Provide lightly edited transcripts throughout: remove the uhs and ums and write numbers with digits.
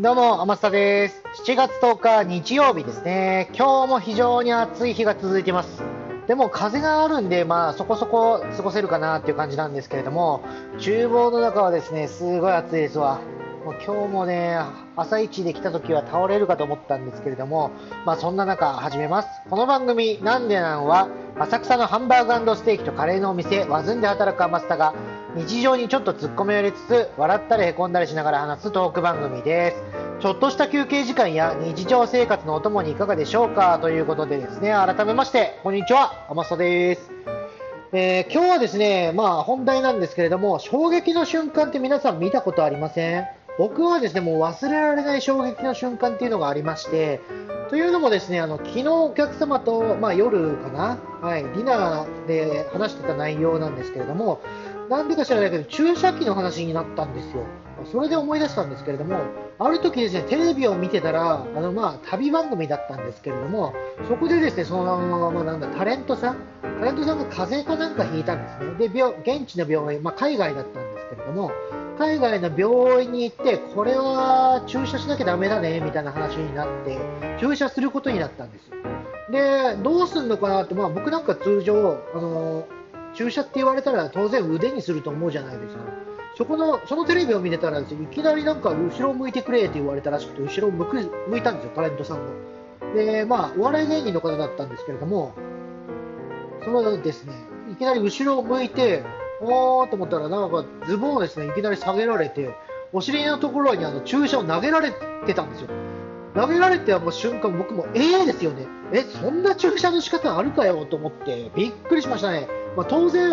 どうも、天下です。7月10日日曜日ですね。今日も非常に暑い日が続いています。でも風があるんで、そこそこ過ごせるかなっていう感じなんですけれども、厨房の中はですね、すごい暑いですわ。もう今日もね、朝一で来た時は倒れるかと思ったんですけれども、そんな中始めます。この番組、なんでなんは、浅草のハンバーグステーキとカレーのお店、ワズンで働く天下が、日常にちょっと突っ込みを入れつつ、笑ったりへこんだりしながら話すトーク番組です。ちょっとした休憩時間や日常生活のお供にいかがでしょうかということでですね、改めまして、こんにちは、天下です。今日はですね、本題なんですけれども、衝撃の瞬間って皆さん見たことありません？僕はですね、もう忘れられない衝撃の瞬間っていうのがありまして、というのもですね、昨日お客様と、夜かな、はい、ディナーで話してた内容なんですけれども、なんでか知らないけど、注射器の話になったんですよ。それで思い出したんですけれども、ある時ですね、テレビを見てたら、旅番組だったんですけれども、そこでですね、その、タレントさんが風邪かなんかひいたんですね。で、現地の病院、海外だったんですけれども、海外の病院に行って、これは注射しなきゃダメだね、みたいな話になって、注射することになったんですよ。で、どうすんのかなって、僕なんか通常、注射って言われたら当然腕にすると思うじゃないですか。そのテレビを見てたらですね、いきなりなんか後ろを向いてくれって言われたらしくて、後ろを向いたんですよ、タレントさんが。で、お笑い芸人の方だったんですけれども、そのですね、いきなり後ろを向いて、おーと思ったら、なんかズボンをですね、いきなり下げられて、お尻のところに注射を投げられてたんですよ。投げられてはもう瞬間、僕もですよね。そんな注射の仕方あるかよと思って、びっくりしましたね。当然、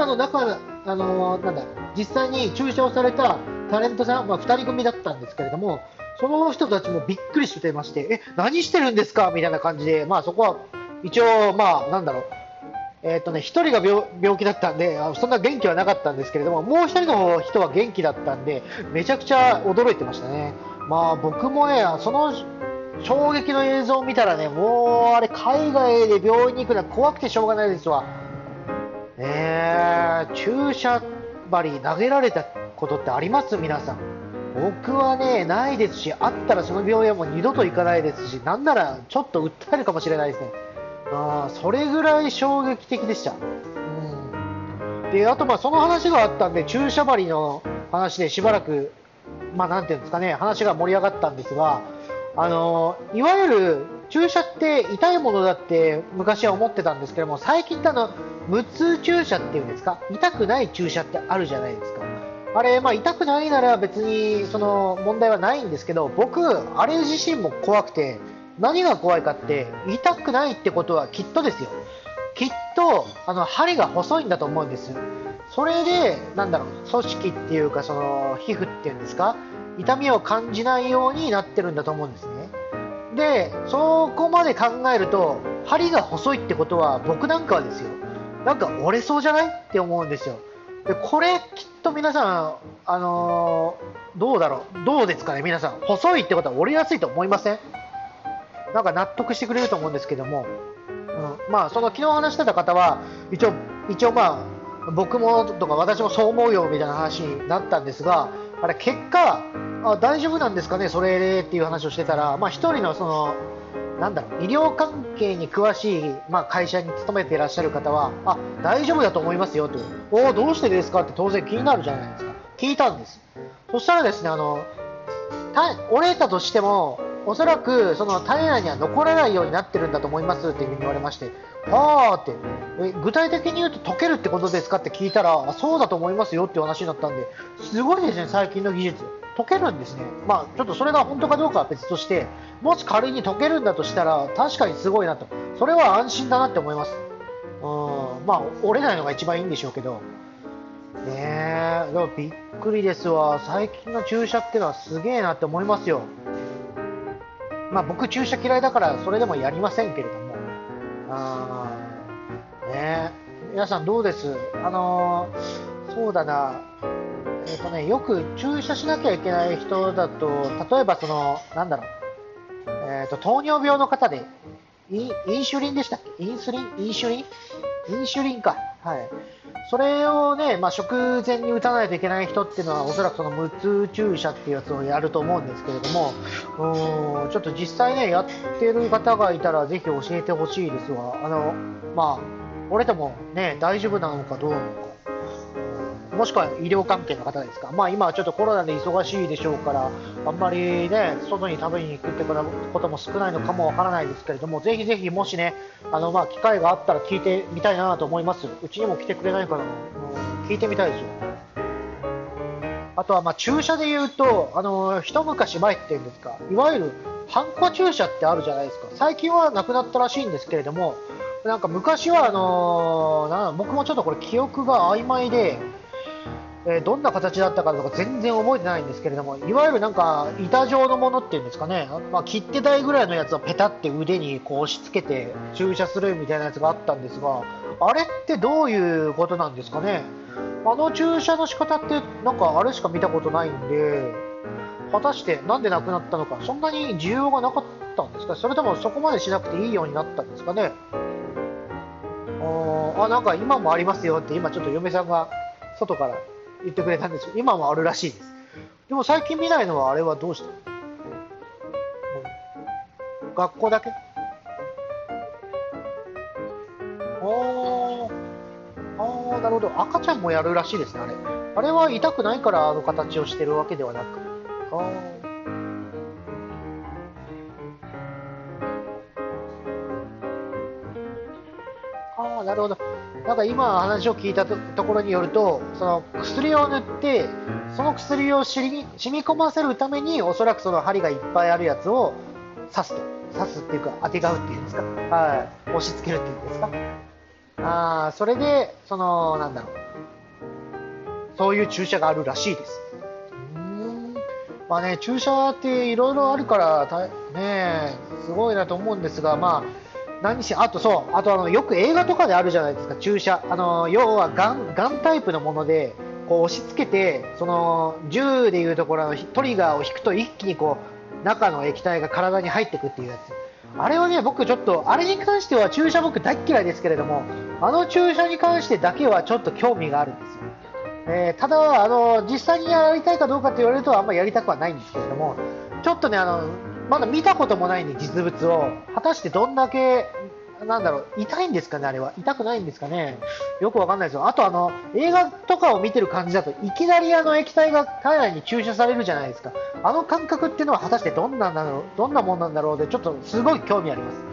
実際に注射をされたタレントさん、2人組だったんですけれども、その人たちもびっくりしてまして、何してるんですかみたいな感じで、そこは一応、一人が病気だったんで、そんな元気はなかったんですけれども、もう一人の人は元気だったんで、めちゃくちゃ驚いてましたね。僕もね、その衝撃の映像を見たらね、もうあれ海外で病院に行くのは怖くてしょうがないですわ。注射針投げられたことってあります皆さん？僕はね、ないですし、あったらその病院はもう二度と行かないですし、なんならちょっと訴えるかもしれないですね。それぐらい衝撃的でした。で、あとその話があったんで、注射針の話でしばらく、なんていうんですかね、話が盛り上がったんですが、いわゆる注射って痛いものだって昔は思ってたんですけども、最近って無痛注射っていうんですか、痛くない注射ってあるじゃないですか。あれ、痛くないなら別にその問題はないんですけど、僕、あれ自身も怖くて、何が怖いかって、痛くないってことはきっとですよ。きっと、針が細いんだと思うんです。それで、組織っていうか、その、皮膚っていうんですか、痛みを感じないようになってるんだと思うんですね。で、そこまで考えると、針が細いってことは、僕なんかはですよ、なんか折れそうじゃないって思うんですよ。で、これ、きっと皆さん、どうだろう、どうですかね、皆さん。細いってことは折れやすいと思いません？なんか納得してくれると思うんですけども、その昨日話してた方は、一応僕もとか私もそう思うよみたいな話になったんですが、あれ結果、大丈夫なんですかね、それでっていう話をしてたら、一人のその、医療関係に詳しい、会社に勤めていらっしゃる方は、大丈夫だと思いますよと、どうしてですかって当然気になるじゃないですか。聞いたんです。そしたらですね、折れたとしても、おそらくその体内には残らないようになってるんだと思いますっていうふうに言われまして、はーって、具体的に言うと溶けるってことですかって聞いたら、そうだと思いますよっていう話になったんで、すごいですね、最近の技術。溶けるんですね。ちょっとそれが本当かどうかは別として、もし仮に溶けるんだとしたら、確かにすごいなと。それは安心だなって思います。折れないのが一番いいんでしょうけど。ねえ、でもびっくりですわ。最近の注射ってのはすげえなって思いますよ。僕注射嫌いだからそれでもやりませんけれども。あねえ、皆さんどうです？そうだな。よく注射しなきゃいけない人だと、例えばその、糖尿病の方で、インシュリンでしたっけ？インシュリンか。はい。 それをね、まあ、食前に打たないといけない人っていうのは、おそらくその無痛注射っていうやつをやると思うんですけれども、ちょっと実際ね、やってる方がいたら、ぜひ教えてほしいですわ。まあ、俺ともね、大丈夫なのかどうなのか。もしくは医療関係の方ですか、まあ、今はちょっとコロナで忙しいでしょうから、あんまりね、外に食べに行くってことも少ないのかもわからないですけれども、ぜひぜひ、もしね、まあ、機会があったら聞いてみたいなと思います。うちにも来てくれないからな、聞いてみたいですよ。あとは、まあ、注射で言うと、一昔前っていうんですか、いわゆるハンコ注射ってあるじゃないですか。最近はなくなったらしいんですけれども、なんか昔は、僕もちょっとこれ記憶が曖昧で、どんな形だったかとか全然覚えてないんですけれども、いわゆるなんか板状のものっていうんですかね、まあ、切手台ぐらいのやつをペタって腕にこう押し付けて注射するみたいなやつがあったんですが、あれってどういうことなんですかね。あの注射の仕方ってなんかあれしか見たことないんで、果たしてなんでなくなったのか、そんなに需要がなかったんですか、それともそこまでしなくていいようになったんですかね。なんか今もありますよって今ちょっと嫁さんが外から言ってくれたんですよ。今もあるらしいです。でも最近見ないのはあれはどうした、学校だけ。なるほど。赤ちゃんもやるらしいですね、あれ。あれは痛くないからあの形をしてるわけではなく。なるほど。なんか今話を聞いたところによると、その薬を塗って、その薬を染み込ませるために、おそらくその針がいっぱいあるやつを刺すと。刺すっていうか、あてがうっていうんですか。はい。押し付けるっていうんですか。それで、なんだろう。そういう注射があるらしいです。まあね、注射っていろいろあるからね、すごいなと思うんですが、まあ、何し、あとそう、あとよく映画とかであるじゃないですか、注射。要はガンタイプのもので、こう押し付けて、銃でいうところのトリガーを引くと一気にこう、中の液体が体に入っていくっていうやつ。あれはね、僕ちょっと、あれに関しては注射僕大っ嫌いですけれども、あの注射に関してだけはちょっと興味があるんですよ。ただ実際にやりたいかどうかと言われるとあんまりやりたくはないんですけれども、ちょっとねまだ見たこともないんで実物を果たしてどんだけなんだろう、痛いんですかね、あれは痛くないんですかね、よくわかんないですよ。あと映画とかを見てる感じだといきなり液体が体内に注射されるじゃないですか。あの感覚っていうのは果たしてどんなもんなんだろうで、ちょっとすごい興味あります。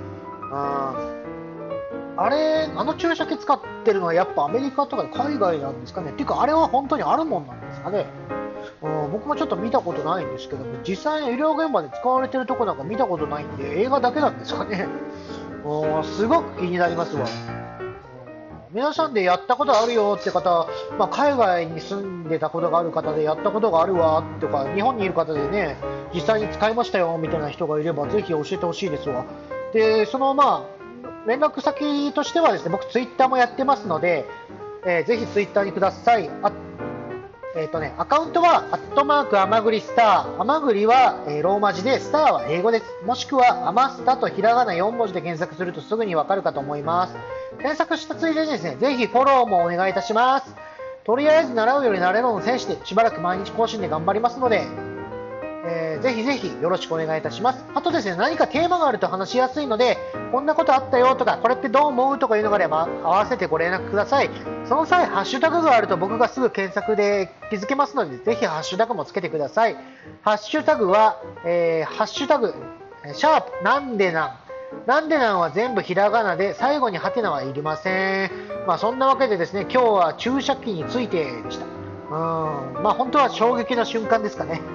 あの注射器使ってるのはやっぱアメリカとか海外なんですかね。っていうか、あれは本当にあるもんなんですかね。僕もちょっと見たことないんですけども、実際に医療現場で使われてるとこなんか見たことないんで、映画だけなんですかね。すごく気になりますわ。皆さんでやったことあるよって方、まあ、海外に住んでたことがある方でやったことがあるわとか、日本にいる方でね、実際に使いましたよみたいな人がいれば、ぜひ教えてほしいですわ。で、まあ、連絡先としてはですね、僕ツイッターもやってますので、ぜひツイッターにください。アカウントは、アットマーク、あまぐりスター。あまぐりは、ローマ字で、スターは英語です。もしくは、あまスタとひらがな4文字で検索するとすぐにわかるかと思います。検索したついでにですね、ぜひフォローもお願いいたします。とりあえず習うより慣れろの選手で、しばらく毎日更新で頑張りますので、ぜひぜひよろしくお願いいたします。あとですね、何かテーマがあると話しやすいので、こんなことあったよとか、これってどう思うとかいうのがあれば、合わせてご連絡ください。その際、ハッシュタグがあると僕がすぐ検索で気づけますので、ぜひハッシュタグもつけてください。ハッシュタグは、ハッシュタグ、シャープなんでなんでなんは全部ひらがなで、最後にハテナはいりません。まあそんなわけでですね、今日は注射器についてでした。まあ本当は衝撃の瞬間ですかね。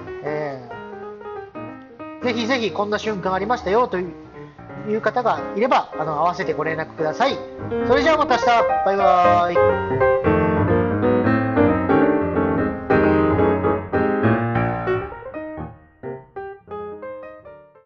ぜひぜひこんな瞬間ありましたよという方がいれば合わせてご連絡ください。それじゃあまた明日、バイバーイ。